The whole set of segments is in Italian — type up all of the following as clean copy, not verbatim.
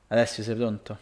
Alessio, sei pronto?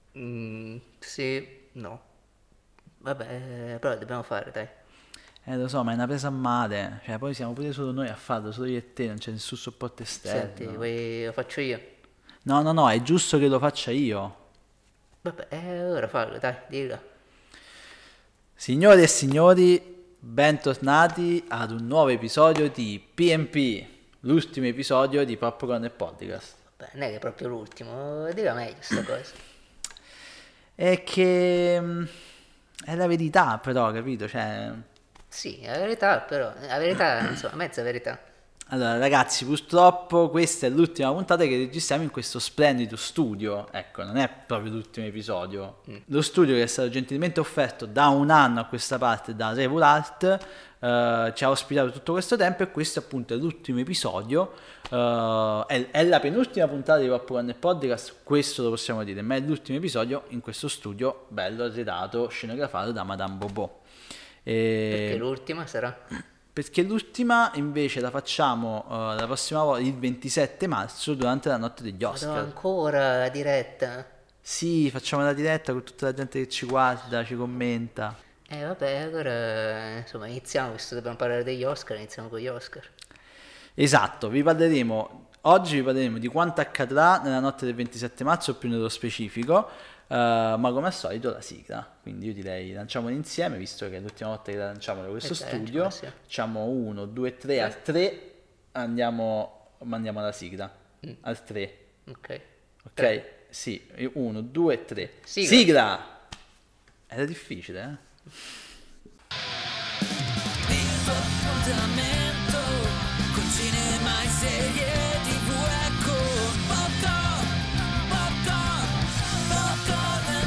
Sì, no. Vabbè, però dobbiamo fare, dai. Lo so, ma è una presa a male. Cioè, poi siamo pure solo noi a farlo, solo io e te, non c'è nessun supporto Senti, esterno. lo faccio io. No, no, no, è giusto che lo faccia io. Vabbè, ora fallo, dai, dillo. Signore e signori, bentornati ad un nuovo episodio di PNP, l'ultimo episodio di Popcorn e Podcast. Vabbè, non è che è proprio l'ultimo, dillo meglio sta cosa. È che è la verità, però, capito? Cioè, Sì, la verità però, la verità, insomma, mezza verità. allora, ragazzi, purtroppo questa è l'ultima puntata che registriamo in questo splendido studio. Ecco, non è proprio l'ultimo episodio. Lo studio che è stato gentilmente offerto da un anno a questa parte da Revolt ci ha ospitato tutto questo tempo e questo appunto è l'ultimo episodio. È la penultima puntata di Popcorn e Podcast, questo lo possiamo dire, ma è l'ultimo episodio in questo studio bello arredato, scenografato da Madame Bobo. Perché E l'ultima sarà? perché l'ultima invece la facciamo la prossima volta, il 27 marzo, durante la notte degli Ma do Oscar. ancora la diretta? Sì, facciamo la diretta con tutta la gente che ci guarda, ci commenta. Vabbè, allora, insomma, iniziamo, visto che dobbiamo parlare degli Oscar, iniziamo con gli Oscar. Esatto, oggi vi parleremo di quanto accadrà nella notte del 27 marzo, più nello specifico, ma come al solito la sigla. Quindi io direi lanciamolo insieme, visto che è l'ultima volta che la lanciamo da questo Dai, studio. sì. Facciamo 1, 2, 3, Tre? al 3 mandiamo la sigla. Al 3, Ok. ok? Tre. Sì, 1, 2, 3. Sigla. Sigla! Era difficile, eh? Vivo appuntamento con cinema e serie TV, ecco Popcorn, Popcorn, Popcorn e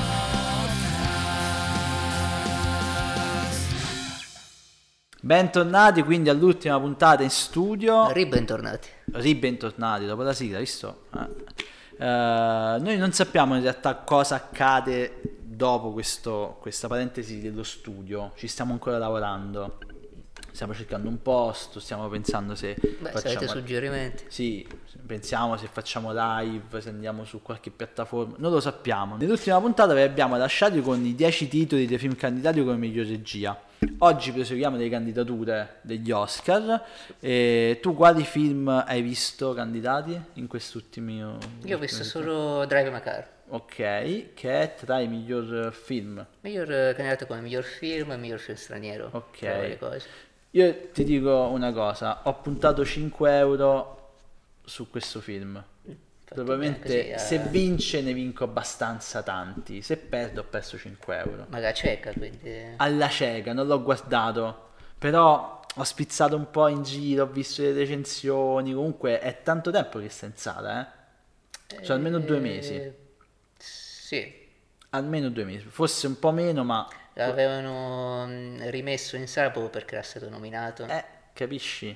Podcast. Bentornati quindi all'ultima puntata in studio. Ribentornati. Ribentornati dopo la sigla, visto? Noi non sappiamo in realtà cosa accade dopo questa parentesi dello studio, ci stiamo ancora lavorando, stiamo cercando un posto, stiamo pensando se Beh, se avete facciamo... suggerimenti. Sì, pensiamo se facciamo live, se andiamo su qualche piattaforma, non lo sappiamo. Nell'ultima puntata vi abbiamo lasciati con i 10 titoli dei film candidati come miglior regia. Oggi proseguiamo le candidature degli Oscar. E tu quali film hai visto candidati in quest'ultimo? Io ho visto solo Drive My Car. Ok, che è tra i miglior film. Miglior candidato come miglior film e miglior film straniero. Ok. Tra le varie cose. Io ti dico una cosa, ho puntato 5 euro su questo film. Fatto Probabilmente bene, così, se vince ne vinco abbastanza tanti, se perdo ho perso 5 euro. ma la cieca, quindi. Alla cieca, non l'ho guardato, però ho spizzato un po' in giro, ho visto le recensioni, comunque è tanto tempo che sta in sala, eh? Cioè almeno 2 mesi, Sì, almeno 2 mesi, forse un po' meno, ma... l'avevano rimesso in sala proprio perché era stato nominato. Capisci?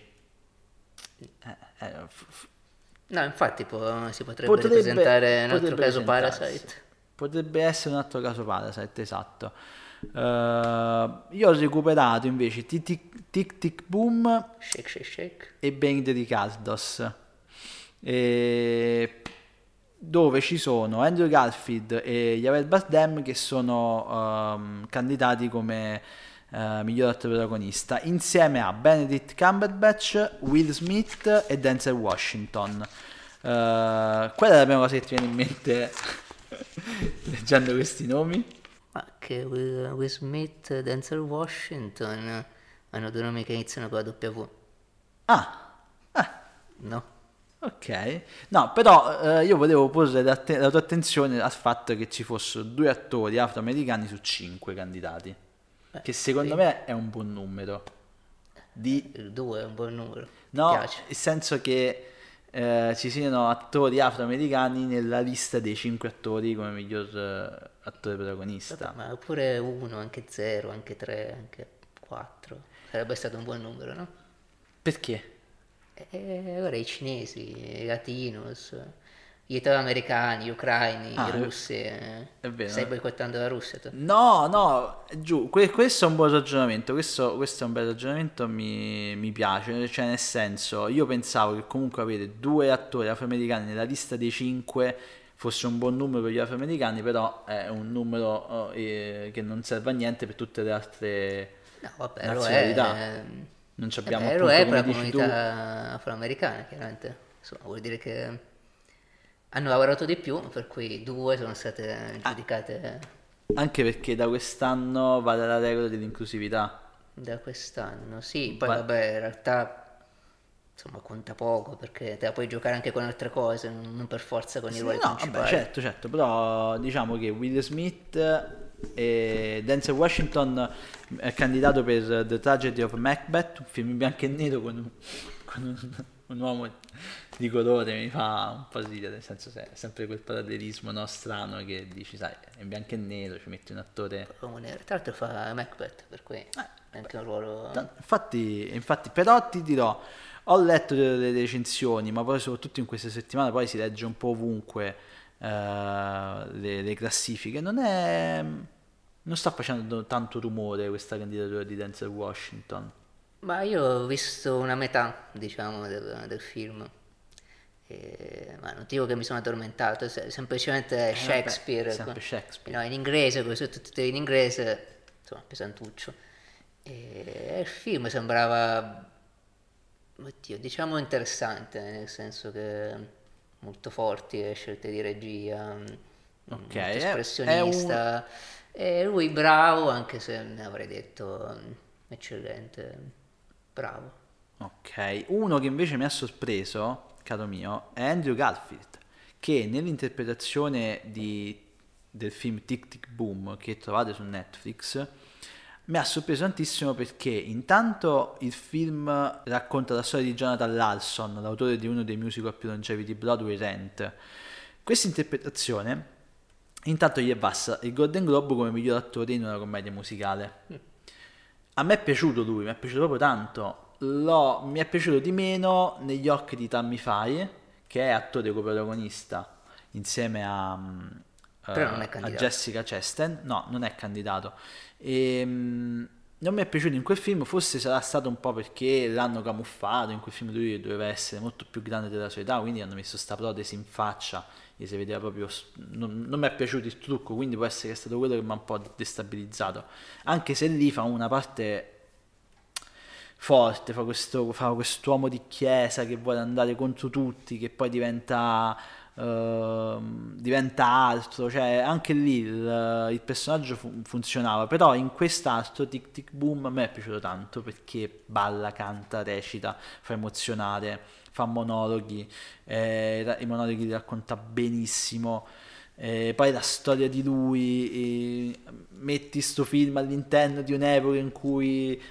No, infatti si potrebbe ripresentare un altro caso presentarsi. Parasite. Potrebbe essere un altro caso Parasite, esatto. Io ho recuperato invece Tic Tic Boom Shake, shake, shake. e Bang the Ricardos, dove ci sono Andrew Garfield e Javier Bardem che sono candidati come miglior attore protagonista insieme a Benedict Cumberbatch, Will Smith e Denzel Washington. Qual è la prima cosa che ti viene in mente leggendo questi nomi? Ma che Will Smith e Denzel Washington hanno due nomi che iniziano con la W. Ah, No? ok. No, però io volevo porre la tua attenzione al fatto che ci fossero 2 attori afroamericani su 5 candidati, che secondo sì. me è un buon numero. Il 2 è un buon numero. Mi No, piace. nel senso che ci siano attori afroamericani nella lista dei 5 attori come miglior attore protagonista. Ma pure 1, anche 0, anche 3, anche 4. Sarebbe stato un buon numero, no? Perché? E ora i cinesi, i latinos, gli italoamericani, gli ucraini, Ah, i russi. è vero. Stai boicottando la Russia tu? No, no, giù, questo è un buon ragionamento, questo è un bel ragionamento, mi piace, cioè nel senso, io pensavo che comunque avere 2 attori afroamericani nella lista dei 5 fosse un buon numero per gli afroamericani, però è un numero che non serve a niente per tutte le altre No, vabbè, lo nazionalità. è. Non ci abbiamo Lo appunto, è per come la dici tu, comunità afroamericana, chiaramente. Insomma, vuol dire che hanno lavorato di più, per cui 2 sono state giudicate anche perché da quest'anno vale la regola dell'inclusività. da quest'anno. Sì, poi Va- vabbè, in realtà insomma conta poco perché te la puoi giocare anche con altre cose, non per forza con i Sì, ruoli no, vabbè, principali. certo, però diciamo che Will Smith e Denzel Washington è candidato per The Tragedy of Macbeth, un film in bianco e nero con un uomo di colore, mi fa un po' ridere, nel senso è sempre quel parallelismo no, strano che dici, sai, è in bianco e nero, ci metti un attore... Tra l'altro fa Macbeth, per cui è anche un ruolo. Infatti, però ti dirò, ho letto delle recensioni, ma poi soprattutto in queste settimane poi si legge un po' ovunque le classifiche, non sta facendo tanto rumore questa candidatura di Denzel Washington. Ma io ho visto una metà, diciamo, del film. Ma non dico che mi sono addormentato, semplicemente Shakespeare. vabbè, sempre Shakespeare. No, in inglese, con i sottotitoli in inglese, insomma, pesantuccio. E il film sembrava, oddio, diciamo interessante, nel senso che molto forti le scelte di regia, molto è espressionista. E lui bravo, anche se ne avrei detto eccellente, bravo. Ok, uno che invece mi ha sorpreso, caro mio, è Andrew Garfield, che nell'interpretazione del film Tic Tic Boom che trovate su Netflix mi ha sorpreso tantissimo perché intanto il film racconta la storia di Jonathan Larson, l'autore di uno dei musical più longevi di Broadway, Rent. Questa interpretazione intanto gli è basta il Golden Globe come miglior attore in una commedia musicale. A me è piaciuto lui, mi è piaciuto proprio tanto. Mi è piaciuto di meno negli occhi di Tammy Faye, che è attore coprotagonista insieme Però non è a candidato. Jessica Chastain. No, non è candidato. Non mi è piaciuto in quel film, forse sarà stato un po' perché l'hanno camuffato. In quel film lui doveva essere molto più grande della sua età, quindi hanno messo sta protesi in faccia e si vedeva proprio. Non mi è piaciuto il trucco, quindi può essere che è stato quello che mi ha un po' destabilizzato. Anche se lì fa una parte forte, fa quest'uomo di chiesa che vuole andare contro tutti, che poi diventa altro, cioè anche lì il personaggio funzionava, però in quest'altro Tic Tic Boom a me è piaciuto tanto perché balla, canta, recita, fa emozionare, fa monologhi, i monologhi li racconta benissimo. Poi la storia di lui, metti sto film all'interno di un'epoca in cui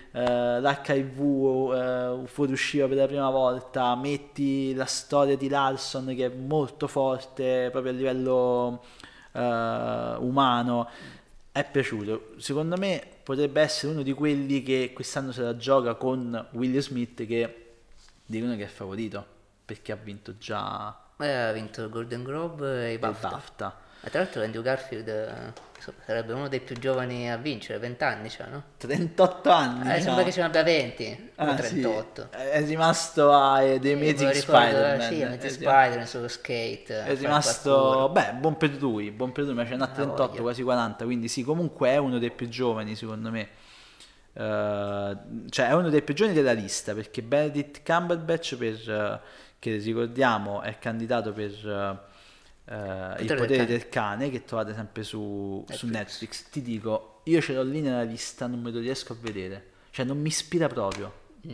l'HIV fuoriusciva per la prima volta, metti la storia di Larson che è molto forte proprio a livello umano, è piaciuto. Secondo me potrebbe essere uno di quelli che quest'anno se la gioca con Will Smith, che dicono che è favorito perché ha vinto già Ha vinto il Golden Globe e i il BAFTA. BAFTA. Ma tra l'altro Andrew Garfield insomma, sarebbe uno dei più giovani a vincere, 20 anni c'ha, no? 38 anni. Sembra che ce n'abbia 20, o Ah, 38. sì. È rimasto a The Me lo Amazing ricordo, Spider-Man. sì, Amazing Spider-Man sullo skate. È fare rimasto, parkour. beh, buon per lui, ma ce n'ha 38, voglia. quasi 40, quindi sì, comunque è uno dei più giovani secondo me. Cioè è uno dei più giovani della lista, perché Benedict Cumberbatch, che ricordiamo è candidato per Il potere del cane, che trovate sempre su Netflix. Ti dico, io ce l'ho lì nella lista, non me lo riesco a vedere, cioè non mi ispira proprio.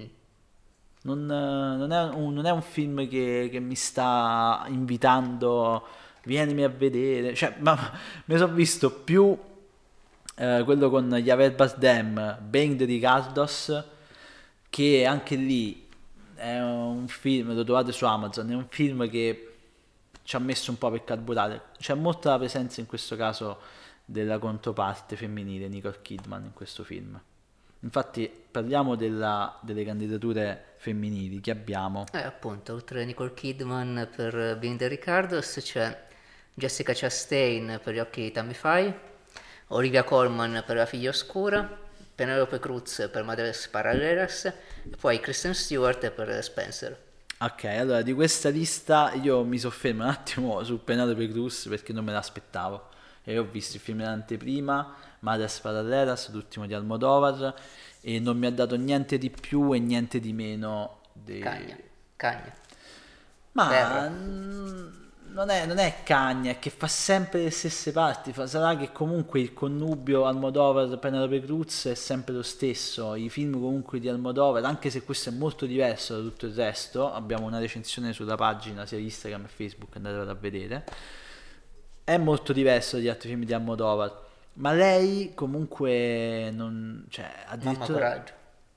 Non è un film che mi sta invitando, vienimi a vedere, cioè, ma mi sono visto più quello con Javier Bardem, Bang the Ricardos, che anche lì è un film, lo trovate su Amazon, è un film che ci ha messo un po' per carburare. C'è molta la presenza in questo caso della controparte femminile, Nicole Kidman, in questo film. Infatti parliamo delle candidature femminili che abbiamo. Appunto, oltre a Nicole Kidman per Being the Ricardos c'è Jessica Chastain per Gli occhi di Tammy Faye, Olivia Colman per La figlia oscura, Penelope Cruz per Madres Paralelas e poi Kristen Stewart per Spencer. Ok, allora di questa lista io mi soffermo un attimo su Penelope Cruz perché non me l'aspettavo. E ho visto il film in anteprima, Madres Paralelas, l'ultimo di Almodovar, e non mi ha dato niente di più e niente di meno Cagna, cagna, Ma terra. non è cagna, è che fa sempre le stesse parti. Sarà che comunque il connubio Almodovar Penelope Cruz è sempre lo stesso. I film comunque di Almodovar, anche se questo è molto diverso da tutto il resto, abbiamo una recensione sulla pagina sia Instagram e Facebook, andatevela a vedere. È molto diverso dagli altri film di Almodovar. Ma lei comunque non, cioè, Mamma addirittura coraggio.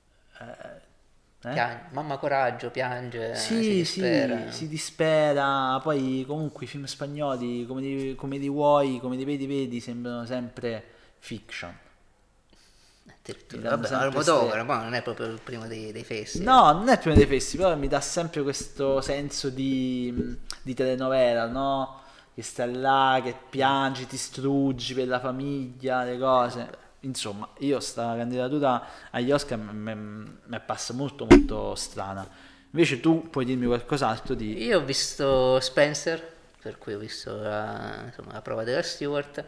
Mamma coraggio, piange, si Sì, sì, dispera. si dispera, poi comunque i film spagnoli, come li vuoi, come li vedi, sembrano sempre fiction. Mi Addirittura. danno Vabbè, sempre Almodovar, ma non è proprio il primo dei fessi. No, non è il primo dei festival, però mi dà sempre questo senso di telenovela, no? Che stai là, che piangi, ti struggi per la famiglia, le cose. Insomma, io sta candidatura agli Oscar mi è passa molto molto strana. Invece tu puoi dirmi qualcos'altro di... Io ho visto Spencer, per cui ho visto insomma, la prova della Stewart,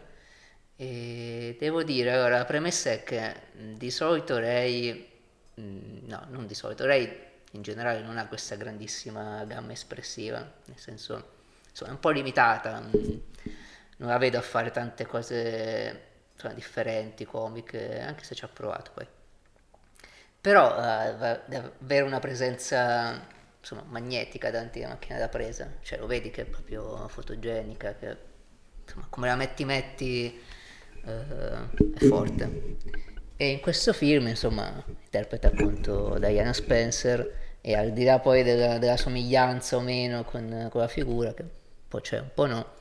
e devo dire, allora, la premessa è che di solito Ray, no, non di solito, Ray in generale non ha questa grandissima gamma espressiva, nel senso, insomma, è un po' limitata, non la vedo a fare tante cose insomma, differenti, comiche, anche se ci ha provato poi. Però deve avere una presenza insomma, magnetica davanti alla macchina da presa, cioè lo vedi che è proprio fotogenica, che insomma, come la metti è forte. E in questo film insomma interpreta appunto Diana Spencer e al di là poi della somiglianza o meno con la figura, che un po' c'è, un po' no,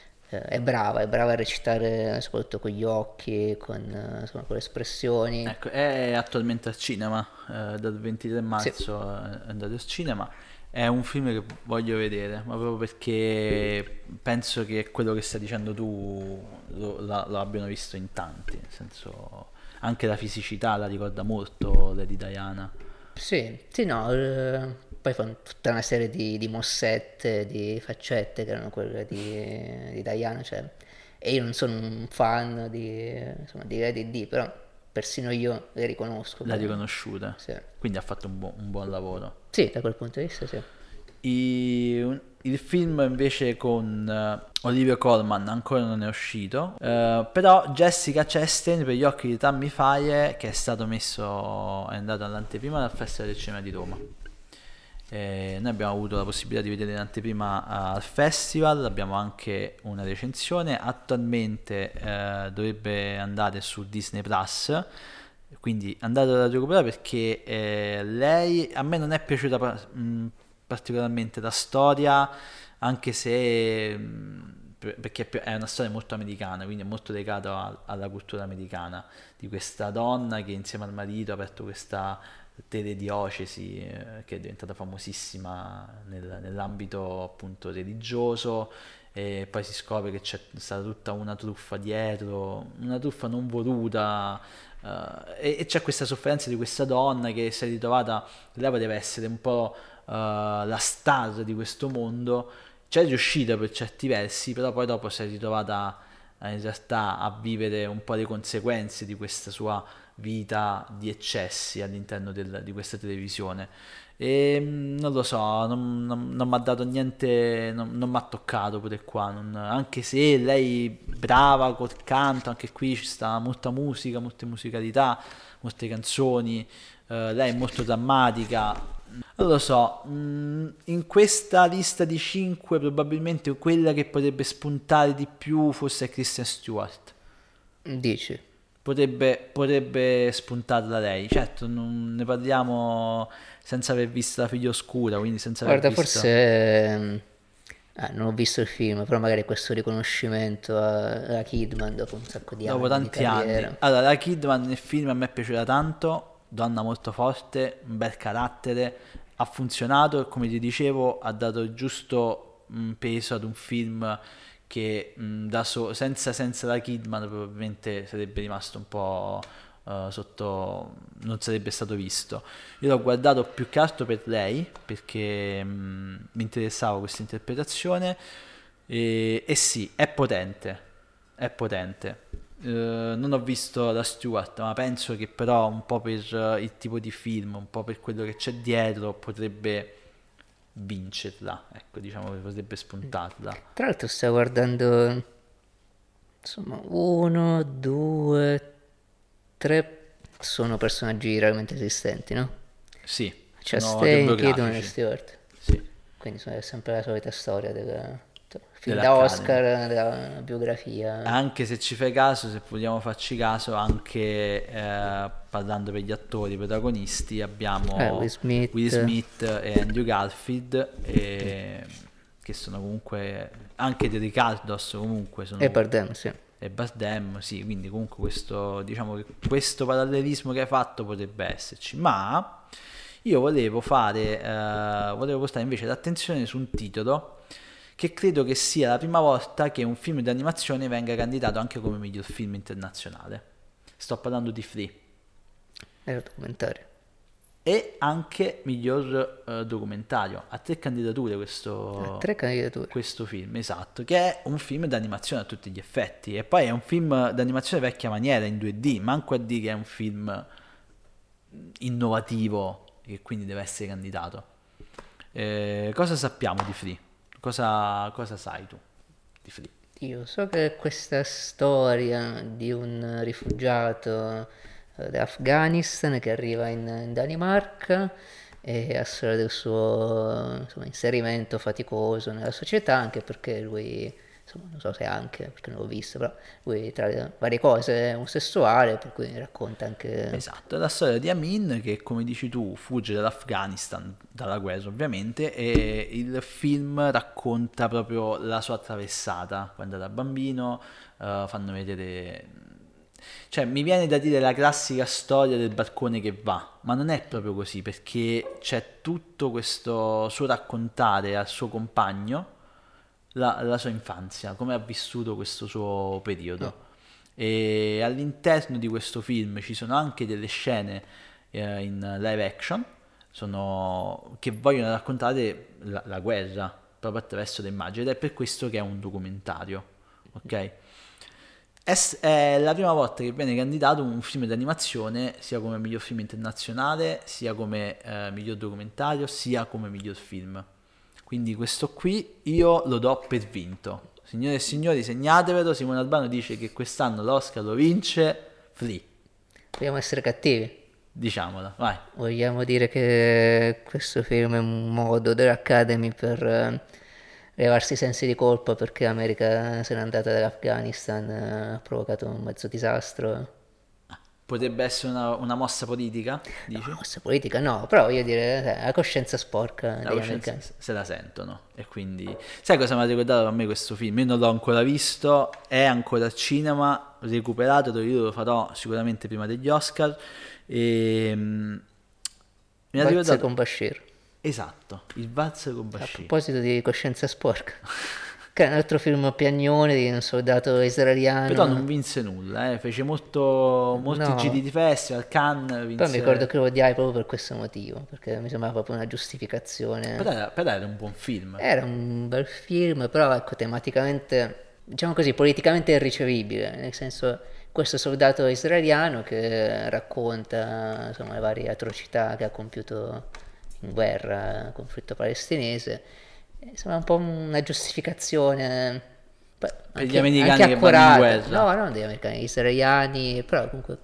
è brava a recitare soprattutto con gli occhi, insomma, con le espressioni. Ecco, è attualmente al cinema, dal 23 Sì. marzo è andato al cinema. È un film che voglio vedere, ma proprio perché penso che quello che stai dicendo tu lo abbiano visto in tanti, nel senso anche la fisicità la ricorda molto Lady Diana. Sì, sì, no, poi fanno tutta una serie di mossette, di faccette che erano quelle di Diana, cioè, e io non sono un fan insomma, di Lady Di, però persino io le riconosco. L'ha riconosciuta, Sì. quindi ha fatto un buon lavoro. Sì, da quel punto di vista sì. Il film invece con Olivia Colman ancora non è uscito, però Jessica Chastain per Gli occhi di Tammy Faye, che è andato all'anteprima del Festival del Cinema di Roma. Noi abbiamo avuto la possibilità di vedere l'anteprima al festival, abbiamo anche una recensione, attualmente dovrebbe andare su Disney Plus, quindi andate a recuperare perché lei a me non è piaciuta particolarmente la storia, anche se perché è una storia molto americana, quindi è molto legata alla cultura americana di questa donna che insieme al marito ha aperto questa telediocesi che è diventata famosissima nell'ambito appunto religioso, e poi si scopre che c'è stata tutta una truffa dietro, una truffa non voluta, e c'è questa sofferenza di questa donna che si è ritrovata, lei poteva essere un po' la star di questo mondo, c'è riuscita per certi versi, però poi dopo si è ritrovata in realtà a vivere un po' le conseguenze di questa sua vita di eccessi all'interno di questa televisione. E non lo so, non mi ha dato niente, non mi ha toccato pure qua, anche se lei brava col canto, anche qui ci sta molta musica, molte musicalità, molte canzoni, lei è molto drammatica. Non lo so, in questa lista di 5 probabilmente quella che potrebbe spuntare di più forse è Kristen Stewart. Dici? Potrebbe spuntarla lei, certo ne parliamo senza aver visto La figlia oscura, quindi senza aver Guarda, visto... forse non ho visto il film, però magari questo riconoscimento alla Kidman dopo un sacco di Dopo anni di tanti anni. carriera. Allora, la Kidman nel film a me è piaciuta tanto, donna molto forte, un bel carattere, ha funzionato e come ti dicevo ha dato il giusto peso ad un film che senza la Kidman probabilmente sarebbe rimasto un po' non sarebbe stato visto. Io l'ho guardato più che altro per lei, perché mi interessava questa interpretazione, e sì, è potente, è potente. Non ho visto la Stewart, ma penso che però un po' per il tipo di film, un po' per quello che c'è dietro, potrebbe vincerla, ecco, diciamo che potrebbe spuntarla. Tra l'altro sto guardando, insomma, 1, 2, 3 sono personaggi realmente esistenti, no? Sì, C'è sono Chastain, Kidman e autobiografici. Stewart. Sì, Quindi è sempre la solita storia del film da dell'Academy. Oscar, della biografia. Anche se ci fai caso, se vogliamo farci caso, anche parlando per gli attori protagonisti, abbiamo Will Smith. E Andrew Garfield, che sono comunque anche di Ricardos, comunque sono, E Bardem, sì. e Bardem, sì, quindi comunque questo, diciamo che questo parallelismo che hai fatto potrebbe esserci, ma io volevo portare invece l'attenzione su un titolo che credo che sia la prima volta che un film d'animazione venga candidato anche come miglior film internazionale. Sto parlando di Free. Era documentario. E anche miglior documentario. Ha 3 candidature questo, 3 candidature. questo film, esatto, che è un film d'animazione a tutti gli effetti. E poi è un film d'animazione vecchia maniera, in 2D, manco a dire che è un film innovativo e quindi deve essere candidato. Cosa sappiamo di Free? Cosa sai tu di Free? Io so che questa storia di un rifugiato dell'Afghanistan che arriva in Danimarca e la storia del suo insomma, inserimento faticoso nella società, anche perché lui, insomma, non so se anche, perché non l'ho visto, però lui tra le varie cose è omosessuale, per cui racconta anche... Esatto, è la storia di Amin che, come dici tu, fugge dall'Afghanistan, dalla guerra ovviamente, e il film racconta proprio la sua traversata quando era bambino. Fanno vedere, cioè mi viene da dire la classica storia del barcone che va, ma non è proprio così, perché c'è tutto questo suo raccontare al suo compagno la sua infanzia, come ha vissuto questo suo periodo. E all'interno di questo film ci sono anche delle scene in live action che vogliono raccontare la guerra proprio attraverso le immagini, ed è per questo che è un documentario, ok? È la prima volta che viene candidato un film d'animazione sia come miglior film internazionale, sia come miglior documentario, sia come miglior film. Quindi questo qui io lo do per vinto. Signore e signori, segnatevelo, Simone Albano dice che quest'anno l'Oscar lo vince Free. Vogliamo essere cattivi? Diciamola, vai. Vogliamo dire che questo film è un modo dell'Academy per levarsi i sensi di colpa perché l'America se n'è andata dall'Afghanistan, ha provocato un mezzo disastro. Potrebbe essere una mossa politica, dici? No, questa politica no, però voglio dire, la coscienza sporca La degli coscienza americani. se la sentono, e quindi sai cosa mi ha ricordato a me questo film? Io non l'ho ancora visto, è ancora al cinema, recuperato, io lo farò sicuramente prima degli Oscar, e mi ha Valzer ricordato, con Bashir. esatto, il valzer con A Bashir. proposito di coscienza sporca, che è un altro film piagnone di un soldato israeliano. Però non vinse nulla, fece molti No. giri di festival, Cannes Poi vinse. mi ricordo che lo odiai proprio per questo motivo, perché mi sembrava proprio una giustificazione. Però era un buon film. Era un bel film, però ecco, tematicamente, diciamo così, politicamente irricevibile, nel senso questo soldato israeliano che racconta insomma le varie atrocità che ha compiuto in guerra, conflitto palestinese, sembra un po' una giustificazione poi Per gli americani che vanno in accurata. guerra. No, non degli americani, gli israeliani, però comunque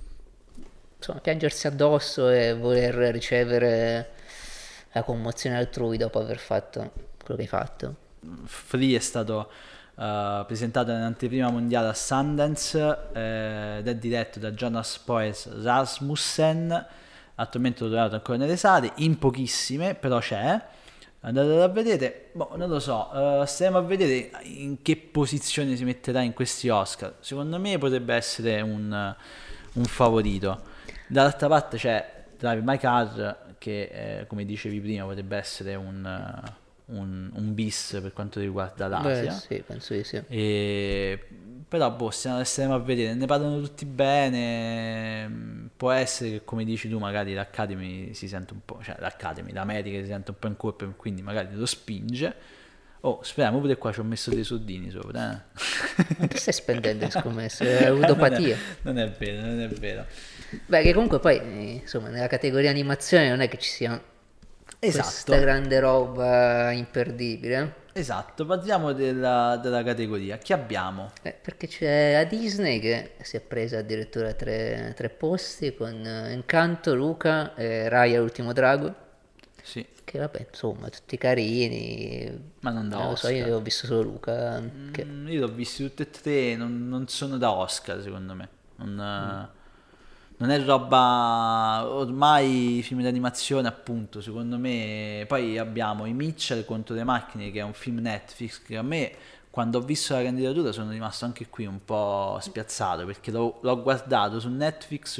insomma piangersi addosso e voler ricevere la commozione altrui dopo aver fatto quello che hai fatto. Free è stato presentato nell'anteprima mondiale a Sundance ed è diretto da Jonas Poes Rasmussen. Attualmente lo trovate ancora nelle sale, in pochissime, però c'è. Andate a vedere, non lo so, stiamo a vedere in che posizione si metterà in questi Oscar. Secondo me potrebbe essere un favorito. Dall'altra parte c'è Drive My Car che come dicevi prima potrebbe essere un un bis per quanto riguarda Beh, l'Asia. sì, penso di sì. Però boh, staremo a vedere, ne parlano tutti bene, può essere che come dici tu magari l'Academy si sente un po', cioè l'Academy, l'America si sente un po' in colpa e quindi magari lo spinge. Oh, speriamo, pure qua ci ho messo dei soldini sopra, Non ti stai spendendo in scommesse, è ludopatia. Non è vero, non è vero. Beh, che comunque poi, insomma, nella categoria animazione non è che ci sia Esatto. questa grande roba imperdibile. Esatto, parliamo della categoria. Chi abbiamo? Perché c'è la Disney che si è presa addirittura tre posti con Encanto, Luca e Raya l'ultimo drago. Sì, Che vabbè, insomma, tutti carini. ma non da Non lo so, Oscar. io ho visto solo Luca. Che... Io l'ho visti tutti e tre, non sono da Oscar secondo me. Non è roba, ormai i film d'animazione appunto, secondo me. Poi abbiamo i Mitchell contro le macchine, che è un film Netflix, che a me quando ho visto la candidatura sono rimasto anche qui un po' spiazzato, perché l'ho guardato su Netflix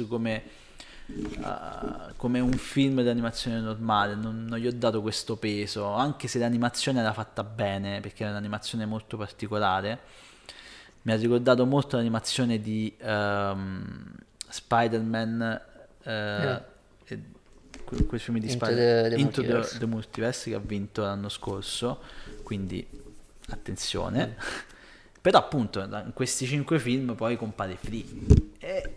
come un film d'animazione normale, non gli ho dato questo peso, anche se l'animazione era fatta bene, perché era un'animazione molto particolare. Mi ha ricordato molto l'animazione di Spider-Man, quel film di Into Spider-Man, the Into Multiverse. the Multiverse, che ha vinto l'anno scorso, quindi attenzione. Però appunto in questi 5 film poi compare Free. E...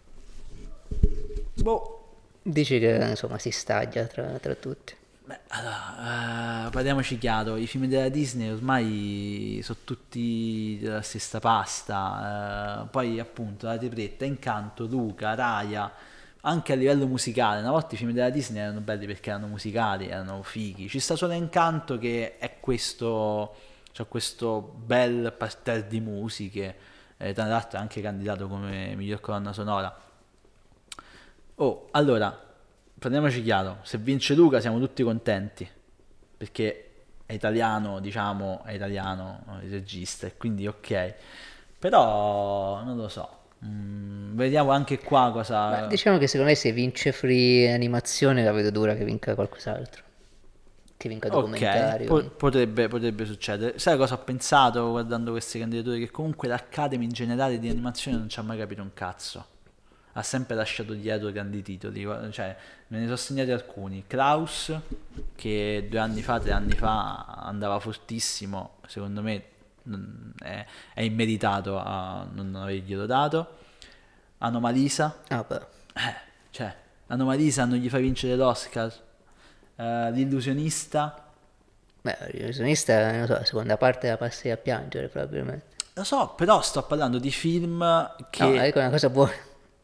boh, Dici che insomma si staglia tra tutti. beh, allora, parliamoci chiaro, i film della Disney ormai sono tutti della stessa pasta, poi appunto la tripletta, Incanto, Luca, Raya, anche a livello musicale, una volta i film della Disney erano belli perché erano musicali, erano fighi, ci sta solo Incanto che è questo, c'ha questo bel parterre di musiche, tra l'altro è anche candidato come miglior colonna sonora. Oh, allora, prendiamoci chiaro, se vince Luca siamo tutti contenti, perché è italiano, diciamo, è italiano il regista, e quindi ok. Però, non lo so, vediamo anche qua cosa... Beh, diciamo che secondo me se vince Free animazione la vedo dura che vinca qualcos'altro. Che vinca Ok, documentario. potrebbe succedere. Sai cosa ho pensato guardando queste candidature? Che comunque l'Academy in generale di animazione non ci ha mai capito un cazzo. Ha sempre lasciato dietro grandi titoli, cioè me ne sono segnati alcuni. Klaus, che 2 anni fa, 3 anni fa andava fortissimo, secondo me è immeritato a non averglielo dato. Anomalisa, Ah, beh. cioè Anomalisa non gli fa vincere l'Oscar. L'illusionista, Beh, l'illusionista, non so, la seconda parte la passi a piangere probabilmente. lo so, però sto parlando di film che... No, ecco una cosa buona.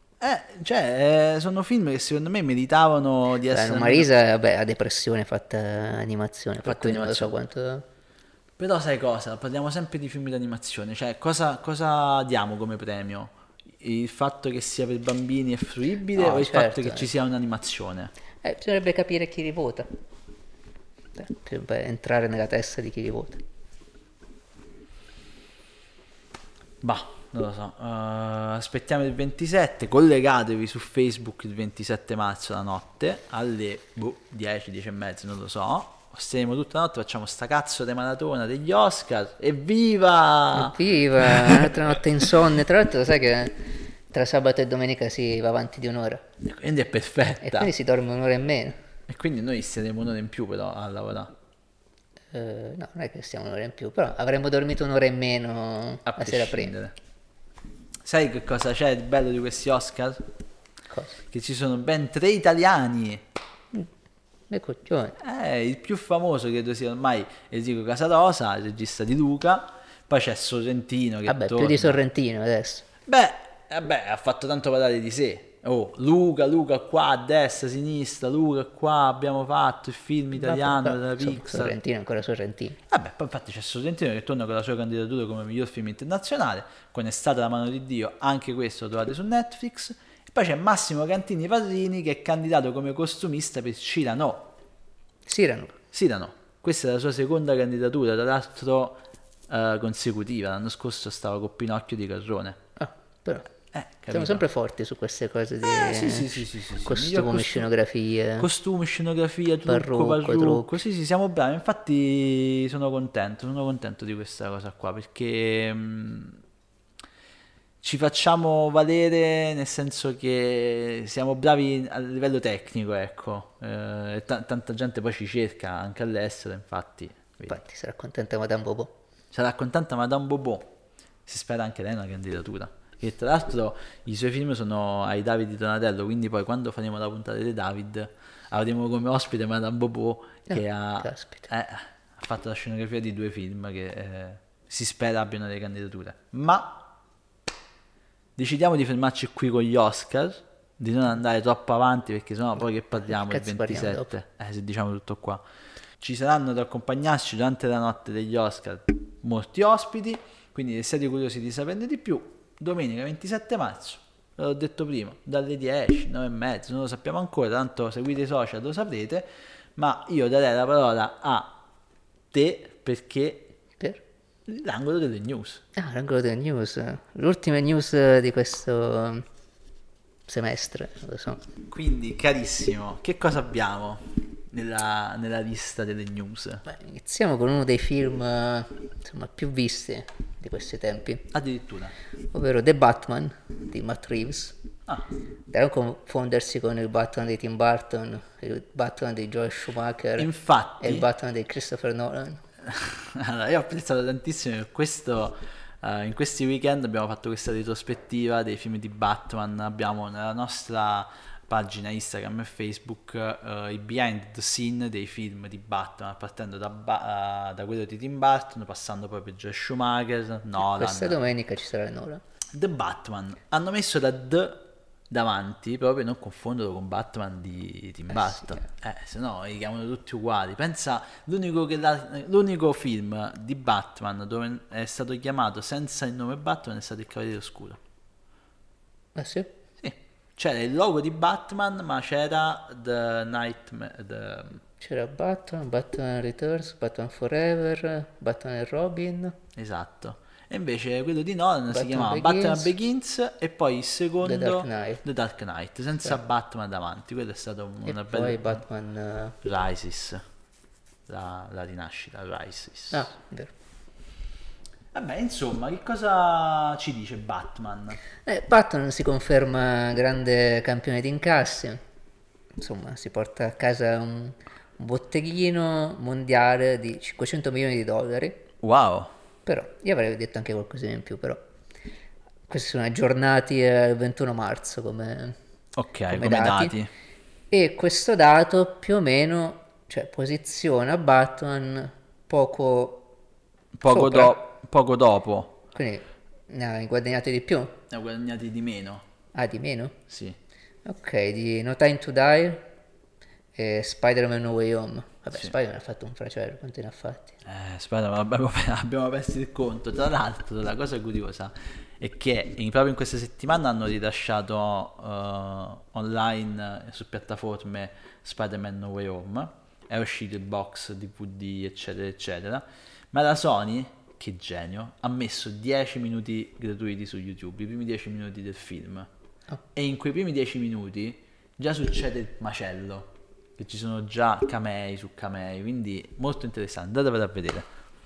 sono film che secondo me meritavano di essere... Marisa, vabbè, la depressione fatta animazione, per Fatta cui non lo so animazione. quanto... Però sai cosa? Parliamo sempre di film d'animazione, cioè cosa diamo come premio? Il fatto che sia per bambini è fruibile No, o il certo, fatto che ci sia un'animazione? bisognerebbe capire chi li vota. Per entrare nella testa di chi li vota. Bah, non lo so. Aspettiamo il 27, collegatevi su Facebook il 27 marzo la notte alle 10, 10 e mezza, non lo so. Staremo tutta la notte, facciamo sta cazzo di maratona degli Oscar. Evviva! Viva, un'altra notte insonne. Tra l'altro, sai che tra sabato e domenica si va avanti di un'ora. E quindi è E perfetta. quindi si dorme un'ora e meno. E quindi noi staremo un'ora in più però a lavorare. No, non è che stiamo un'ora in più, però avremmo dormito un'ora in meno A la sera prima. prescindere. Sai che cosa c'è di bello di questi Oscar? Cosa? Che ci sono ben 3 italiani. Che coglione. Il più famoso credo sia ormai Enrico Casarosa, il regista di Luca. Poi c'è Sorrentino che Vabbè, torna. più di Sorrentino adesso. Beh, ha fatto tanto parlare di sé. Oh, Luca qua a destra, a sinistra, Luca qua, abbiamo fatto il film italiano Vabbè, della insomma, Pixar. Sorrentino è ancora Sorrentino. Vabbè, poi infatti c'è Sorrentino che torna con la sua candidatura come miglior film internazionale, con È stata la mano di Dio, anche questo lo trovate su Netflix. E poi c'è Massimo Cantini Parrini che è candidato come costumista per Cyrano. Cyrano, questa è la sua seconda candidatura, tra l'altro consecutiva, l'anno scorso stava con Pinocchio di Carrone. Ah, però. Siamo capito? sempre forti su queste cose di sì. costume, Miglior scenografie. costume, scenografia, trucco, Parrucco, parrucco. Sì, siamo bravi. Infatti sono contento di questa cosa qua perché ci facciamo valere nel senso che siamo bravi a livello tecnico, ecco. E tanta gente poi ci cerca anche all'estero, infatti. Vedi. Infatti sarà contenta Madame Bobo. Sarà contenta Madame Bobo. Si spera anche lei una candidatura. Che tra l'altro i suoi film sono ai David di Donatello, quindi poi quando faremo la puntata dei David avremo come ospite Madame Bobo che ha fatto la scenografia di 2 film che si spera abbiano le candidature. Ma decidiamo di fermarci qui con gli Oscar, di non andare troppo avanti perché sennò poi che parliamo il Cazzo parliamo 27, se diciamo tutto qua. Ci saranno ad accompagnarci durante la notte degli Oscar molti ospiti, quindi se siete curiosi di saperne di più, domenica 27 marzo, ve l'ho detto prima, dalle 10, 9 e mezzo, non lo sappiamo ancora, tanto seguite i social, lo saprete, ma io darei la parola a te perché Per? l'angolo delle news. L'angolo delle news. Le ultime news di questo semestre, non lo so. Quindi, carissimo, che cosa abbiamo nella lista delle news? Beh, iniziamo con uno dei film insomma, più visti di questi tempi, Addirittura. ovvero The Batman di Matt Reeves. Ah, Da non confondersi con il Batman di Tim Burton, il Batman di Joel Schumacher infatti, e il Batman di Christopher Nolan. allora, io ho apprezzato tantissimo che in questi weekend abbiamo fatto questa retrospettiva dei film di Batman. Abbiamo nella nostra pagina Instagram e Facebook i behind the scene dei film di Batman, partendo da quello di Tim Burton, passando poi per Joel Schumacher, Nolan. Questa domenica ci sarà il Nolan. The Batman, hanno messo la D davanti proprio per non confonderlo con Batman di Tim Burton, se no li chiamano tutti uguali. Pensa, l'unico film di Batman dove è stato chiamato senza il nome Batman è stato Il Cavaliere Oscuro. Ah sì? Sì, c'era il logo di Batman ma c'era C'era Batman, Batman Returns, Batman Forever, Batman e Robin, esatto. E invece quello di Nolan si Batman chiamava Begins. Batman Begins e poi il secondo The Dark Knight. senza Batman davanti. Quello è stato e una poi bella Batman... Rises, la rinascita, Rises. vero. Vabbè, insomma, che cosa ci dice Batman? Batman si conferma grande campione di incassi, insomma si porta a casa un botteghino mondiale di 500 milioni di dollari, Wow, però io avrei detto anche qualcosina in più, però questi sono aggiornati al 21 marzo come ok, come dati. e questo dato più o meno posiziona Batman poco sopra. Poco dopo Quindi ne hai guadagnato di più? ne ho guadagnati di meno. Di meno? Sì. Ok, di No Time to Die e Spider-Man No Way Home. Vabbè, Sì. Spider-Man ha fatto un fracello, quanti ne ha fatti? Aspetta, ma abbiamo perso il conto. Tra l'altro, la cosa curiosa è che proprio in questa settimana hanno rilasciato online su piattaforme Spider-Man No Way Home. È uscito il box DVD, eccetera, eccetera. Ma la Sony, che genio, ha messo 10 minuti gratuiti su YouTube, i primi 10 minuti del film. E in quei primi 10 minuti già succede il macello, che ci sono già camei su camei, quindi molto interessante, andatevelo a vedere.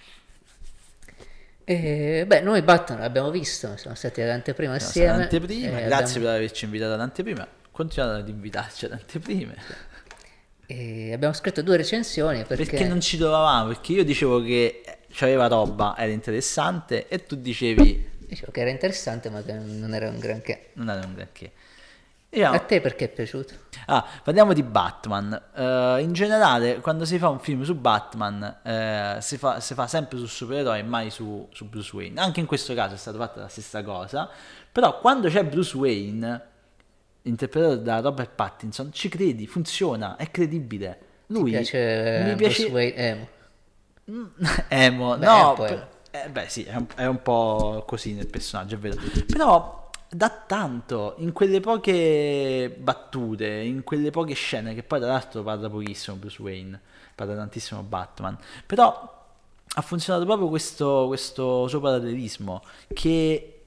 Noi Batman l'abbiamo visto, siamo stati all'anteprima assieme. All'anteprima, grazie per averci invitato all'anteprima, continuate ad invitarci all'anteprima. E abbiamo scritto 2 recensioni Perché non ci trovavamo, perché io dicevo che c'aveva roba, era interessante, e tu dicevi... Dicevo che era interessante ma che non era un granché. Non era un granché. A te perché è piaciuto? Parliamo di Batman. In generale, quando si fa un film su Batman, si fa sempre su supereroi e mai su Bruce Wayne. Anche in questo caso è stata fatta la stessa cosa. Però quando c'è Bruce Wayne, interpretato da Robert Pattinson, ci credi, funziona, è credibile. Lui mi piace Bruce Wayne emo, Beh, no, è un po' beh sì, è un po' così nel personaggio, è vero. Però dà tanto in quelle poche battute, in quelle poche scene, che poi tra l'altro parla pochissimo Bruce Wayne, parla tantissimo Batman, però ha funzionato proprio questo suo parallelismo che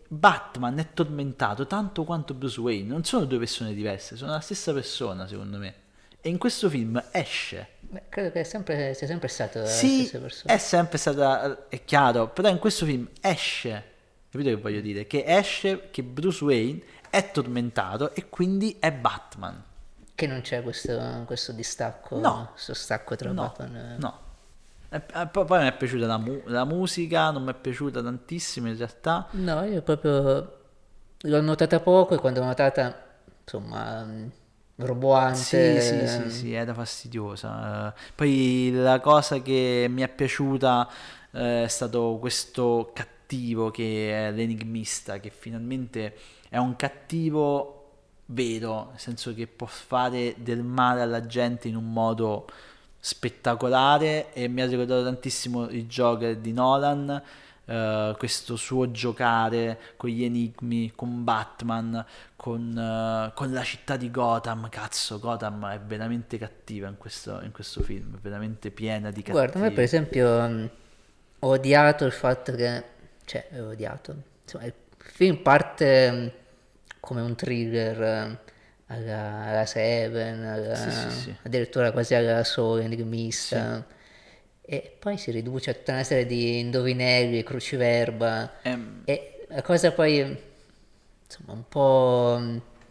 Batman è tormentato tanto quanto Bruce Wayne, non sono due persone diverse, sono la stessa persona secondo me. E in questo film esce. Beh, credo che sia sempre stato la Sì, stessa persona. è sempre stata, è chiaro, però in questo film esce, capito che voglio dire? Che esce che Bruce Wayne è tormentato e quindi è Batman. Che non c'è questo distacco, No. questo stacco tra No, Batman e... no. Poi mi è piaciuta la musica, non mi è piaciuta tantissimo in realtà. No, io proprio l'ho notata poco e quando l'ho notata, insomma, roboante. Sì, era fastidiosa. Poi la cosa che mi è piaciuta è stato questo cattivo che è l'enigmista, che finalmente è un cattivo vero, nel senso che può fare del male alla gente in un modo spettacolare e mi ha ricordato tantissimo il Joker di Nolan, questo suo giocare con gli enigmi, con Batman, con la città di Gotham. Cazzo, Gotham è veramente cattiva in questo film, è veramente piena di cattivi. Guarda, a me per esempio ho odiato il fatto che, cioè, ho odiato, insomma, il film parte come un thriller alla Seven, Sì. addirittura quasi alla Soul, enigmista, e poi si riduce a tutta una serie di indovinelli, cruciverba, e la cosa poi, insomma, un po'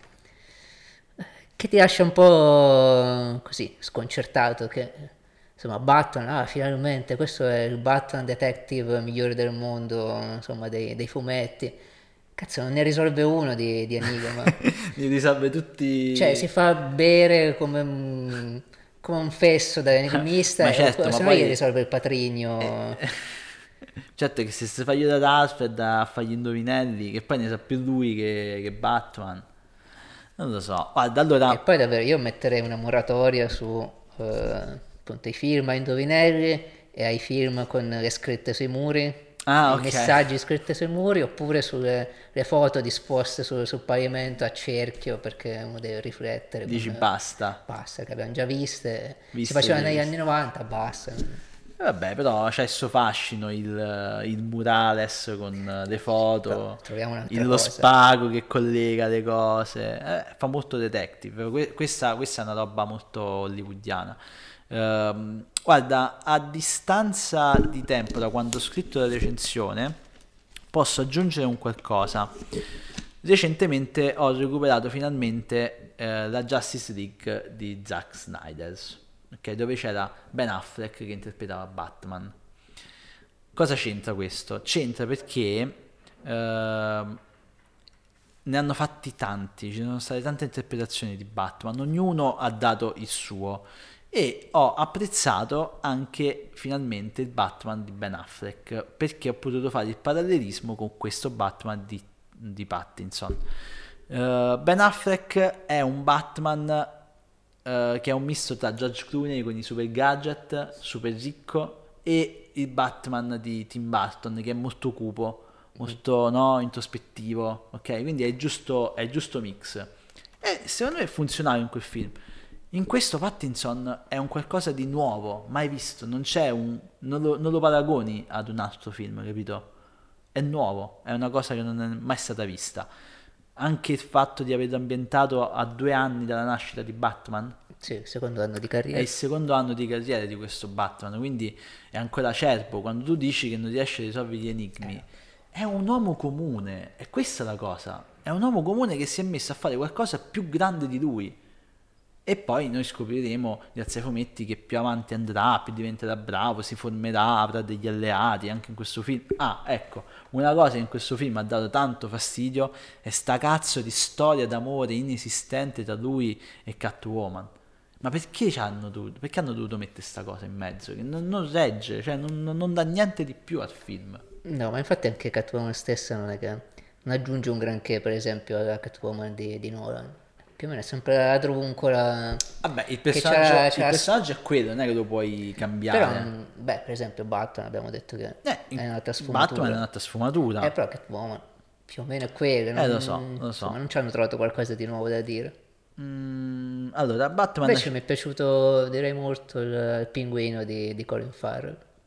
che ti lascia un po' così sconcertato, che insomma Batman, finalmente questo è il Batman detective migliore del mondo, insomma, dei fumetti. Cazzo, non ne risolve uno di enigma. Li risolve tutti. Cioè, si fa bere come un fesso dall'enigmista, Ma certo, se ma no poi- gli risolve il patrigno. Certo che se si fa io da Alfred a fare gli indovinelli, che poi ne sa più lui che Batman. Non lo so. Guarda, E allora. poi davvero io metterei una moratoria su appunto i film a indovinelli e ai film con le scritte sui muri, Ah, i ok. messaggi scritti sui muri, oppure sulle le foto disposte sul pavimento a cerchio perché uno deve riflettere. Dici con- basta. Basta, che abbiamo già viste, si Viste, faceva negli viste. anni 90, basta. Vabbè, però c'è il suo fascino, il murales con le foto, Però troviamo un'altra lo cosa. spago che collega le cose, fa molto detective. Questa è una roba molto hollywoodiana. Guarda, a distanza di tempo da quando ho scritto la recensione, posso aggiungere un qualcosa. Recentemente ho recuperato finalmente la Justice League di Zack Snyder, ok, dove c'era Ben Affleck che interpretava Batman. Cosa c'entra questo? C'entra perché ne hanno fatti tanti, ci sono state tante interpretazioni di Batman, ognuno ha dato il suo e ho apprezzato anche finalmente il Batman di Ben Affleck perché ho potuto fare il parallelismo con questo Batman di Pattinson. Ben Affleck è un Batman che è un misto tra George Clooney con i super gadget, super ricco, e il Batman di Tim Burton che è molto cupo, molto no, introspettivo, ok? Quindi è il giusto mix. E secondo me funzionava in quel film. In questo Pattinson è un qualcosa di nuovo, mai visto, non lo paragoni ad un altro film, capito? È nuovo, è una cosa che non è mai stata vista. Anche il fatto di averlo ambientato a 2 anni dalla nascita di Batman, Sì, il secondo anno di è carriera. il secondo anno di carriera di questo Batman, quindi è ancora acerbo. Quando tu dici che non riesce a risolvere gli enigmi, è un uomo comune, e questa è la cosa, è un uomo comune che si è messo a fare qualcosa più grande di lui. E poi noi scopriremo, grazie ai fumetti, che più avanti andrà, più diventerà bravo, si formerà, avrà degli alleati anche in questo film. Ah, ecco, una cosa che in questo film ha dato tanto fastidio è sta cazzo di storia d'amore inesistente tra lui e Catwoman. Ma perché perché hanno dovuto mettere sta cosa in mezzo? Che non regge, cioè non dà niente di più al film. No, ma infatti anche Catwoman stessa non è che non aggiunge un granché, per esempio, alla Catwoman di Nolan. Più o meno è sempre la trovo ancora... Vabbè, il che personaggio è quello, non è che lo puoi cambiare. Però, beh, per esempio Batman abbiamo detto che è un'altra sfumatura. Batman è un'altra sfumatura. Però Catwoman più o meno è quello. Lo so. Insomma, non ci hanno trovato qualcosa di nuovo da dire. Allora, Batman Invece mi è piaciuto, direi molto, il pinguino di Colin Farrell.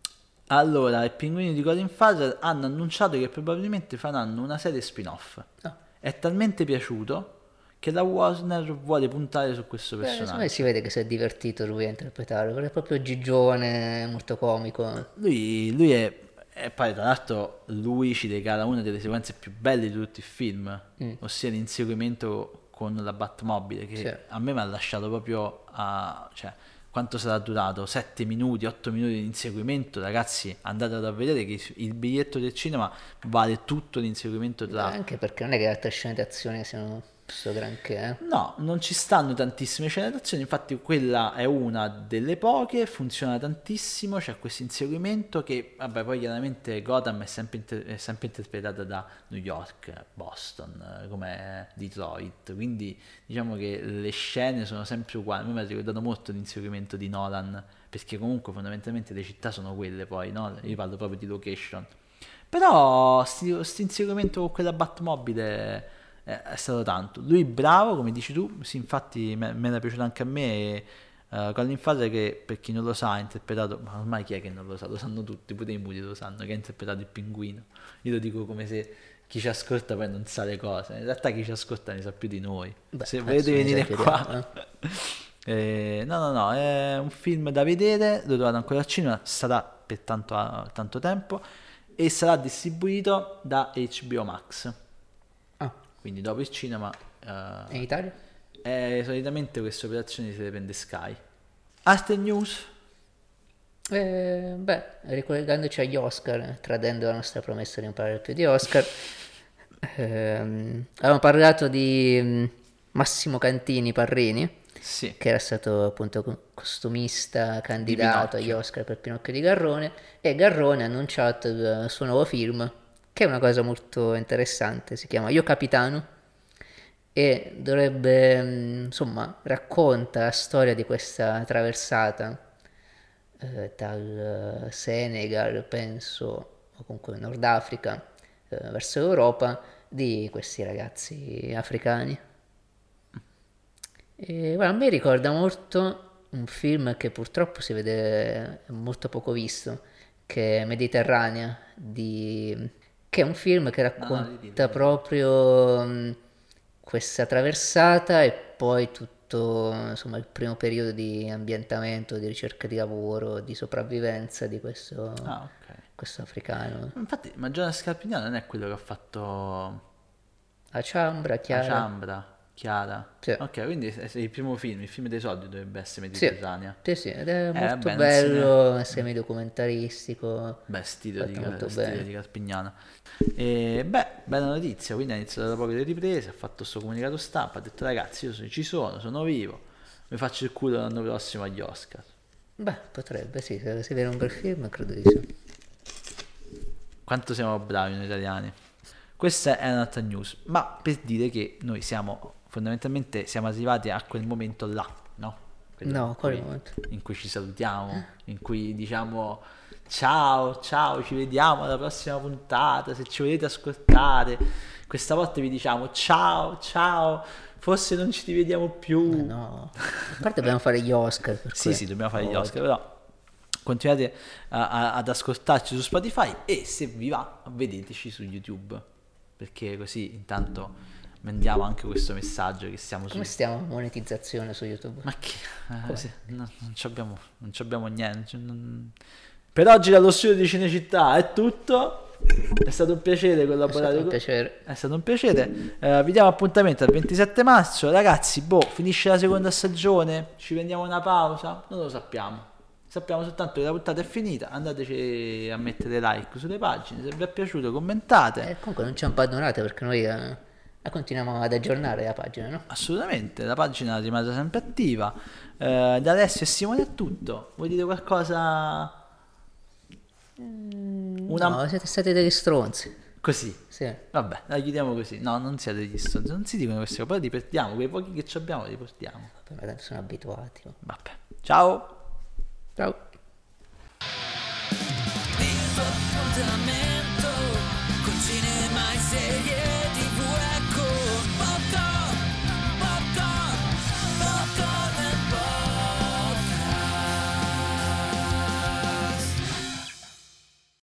Allora, i Pinguini di Colin Farrell hanno annunciato che probabilmente faranno una serie spin-off. Ah. È talmente piaciuto che la Warner vuole puntare su questo Secondo me personaggio. si vede che si è divertito lui a interpretarlo, perché è proprio gigione, molto comico. Lui è... E poi tra l'altro lui ci regala una delle sequenze più belle di tutti i film, ossia l'inseguimento con la Batmobile, che Sì. a me mi ha lasciato proprio cioè, quanto sarà durato? 7 minuti, 8 minuti di inseguimento, ragazzi, andate a vedere che il biglietto del cinema vale tutto l'inseguimento tra... Anche perché non è che le altre scene d'azione siano so granché, eh. No, non ci stanno tantissime scene d'azione, infatti quella è una delle poche, funziona tantissimo, c'è questo inseguimento che, vabbè, poi chiaramente Gotham è sempre interpretata da New York, Boston, come Detroit, quindi diciamo che le scene sono sempre uguali. A me mi ha ricordato molto l'inseguimento di Nolan, perché comunque fondamentalmente le città sono quelle poi, no? Io parlo proprio di location. Però sti inseguimento con quella Batmobile è stato tanto. Lui bravo, come dici tu, sì, infatti me era piaciuto anche a me. Colin Farrell, che per chi non lo sa ha interpretato, ma ormai chi è che non lo sa? Lo sanno tutti, pure i muti lo sanno, che ha interpretato il pinguino. Io lo dico come se chi ci ascolta poi non sa le cose, in realtà chi ci ascolta ne sa più di noi. Beh, Se adesso volete ne venire sapete, qua no, è un film da vedere, lo trovate ancora al cinema, sarà per tanto tempo e sarà distribuito da HBO Max. Ah, Quindi dopo il cinema in Italia? solitamente queste operazioni se le prende Sky. Altre news? Beh, ricollegandoci agli Oscar, tradendo la nostra promessa di non parlare più di Oscar, avevamo parlato di Massimo Cantini Parrini, Sì. che era stato appunto costumista candidato agli Oscar per Pinocchio di Garrone, e Garrone ha annunciato il suo nuovo film, che è una cosa molto interessante, si chiama Io Capitano, e dovrebbe, insomma, racconta la storia di questa traversata dal Senegal, penso, o comunque Nord Africa, verso l'Europa, di questi ragazzi africani. E guarda, a me ricorda molto un film che purtroppo si vede molto poco visto, che è Mediterranea, che è un film che racconta proprio questa traversata e poi tutto, insomma, il primo periodo di ambientamento, di ricerca di lavoro, di sopravvivenza di questo africano. Infatti Maggiore Scarpignano non è quello che ha fatto A Ciambra, La Chiara. Ciambra, Chiara. Sì. Ok, quindi è il primo film, il film dei soldi dovrebbe essere Mediterranea. Sì, ed è molto vabbè, non bello, semi-documentaristico. Beh, stile fatto molto di bene. Carpignano. E beh, bella notizia, quindi ha iniziato da poco le riprese, ha fatto questo comunicato stampa, ha detto ragazzi io ci sono vivo, mi faccio il culo l'anno prossimo agli Oscar. Beh, potrebbe, sì, se si vede un bel film, credo di sì. Quanto siamo bravi noi italiani. Questa è un'altra news, ma per dire che noi fondamentalmente siamo arrivati a quel momento là, no? No, quale momento? In cui ci salutiamo, in cui diciamo ciao, ci vediamo alla prossima puntata, se ci volete ascoltare, questa volta vi diciamo ciao, forse non ci rivediamo più. No, a parte dobbiamo fare gli Oscar. Per cui- Sì, dobbiamo fare gli Oscar, però continuate ad ascoltarci su Spotify e se vi va vedeteci su YouTube, perché così intanto mandiamo anche questo messaggio che siamo Come su... stiamo a monetizzazione su YouTube? Ma che... non c'abbiamo niente. Per oggi dallo studio di Cinecittà è tutto. È stato un piacere collaborare un piacere. È stato un piacere. Vi diamo appuntamento al 27 marzo. Ragazzi, finisce la seconda stagione. Ci prendiamo una pausa? Non lo sappiamo. Sappiamo soltanto che la puntata è finita. Andateci a mettere like sulle pagine. Se vi è piaciuto commentate. Comunque non ci abbandonate perché noi continuiamo ad aggiornare la pagina, no? Assolutamente, la pagina rimane sempre attiva. Da Alessio e Simone è tutto. Vuoi dire qualcosa? No, siete stati degli stronzi. Così. Sì. Vabbè, la chiudiamo così. No, non siete degli stronzi, non si dicono queste cose, poi li perdiamo, quei pochi che ci abbiamo li portiamo. Vabbè, ma tanto sono abituati. Oh. Vabbè. Ciao. Ciao. Il tuo appuntamento con cinema e serie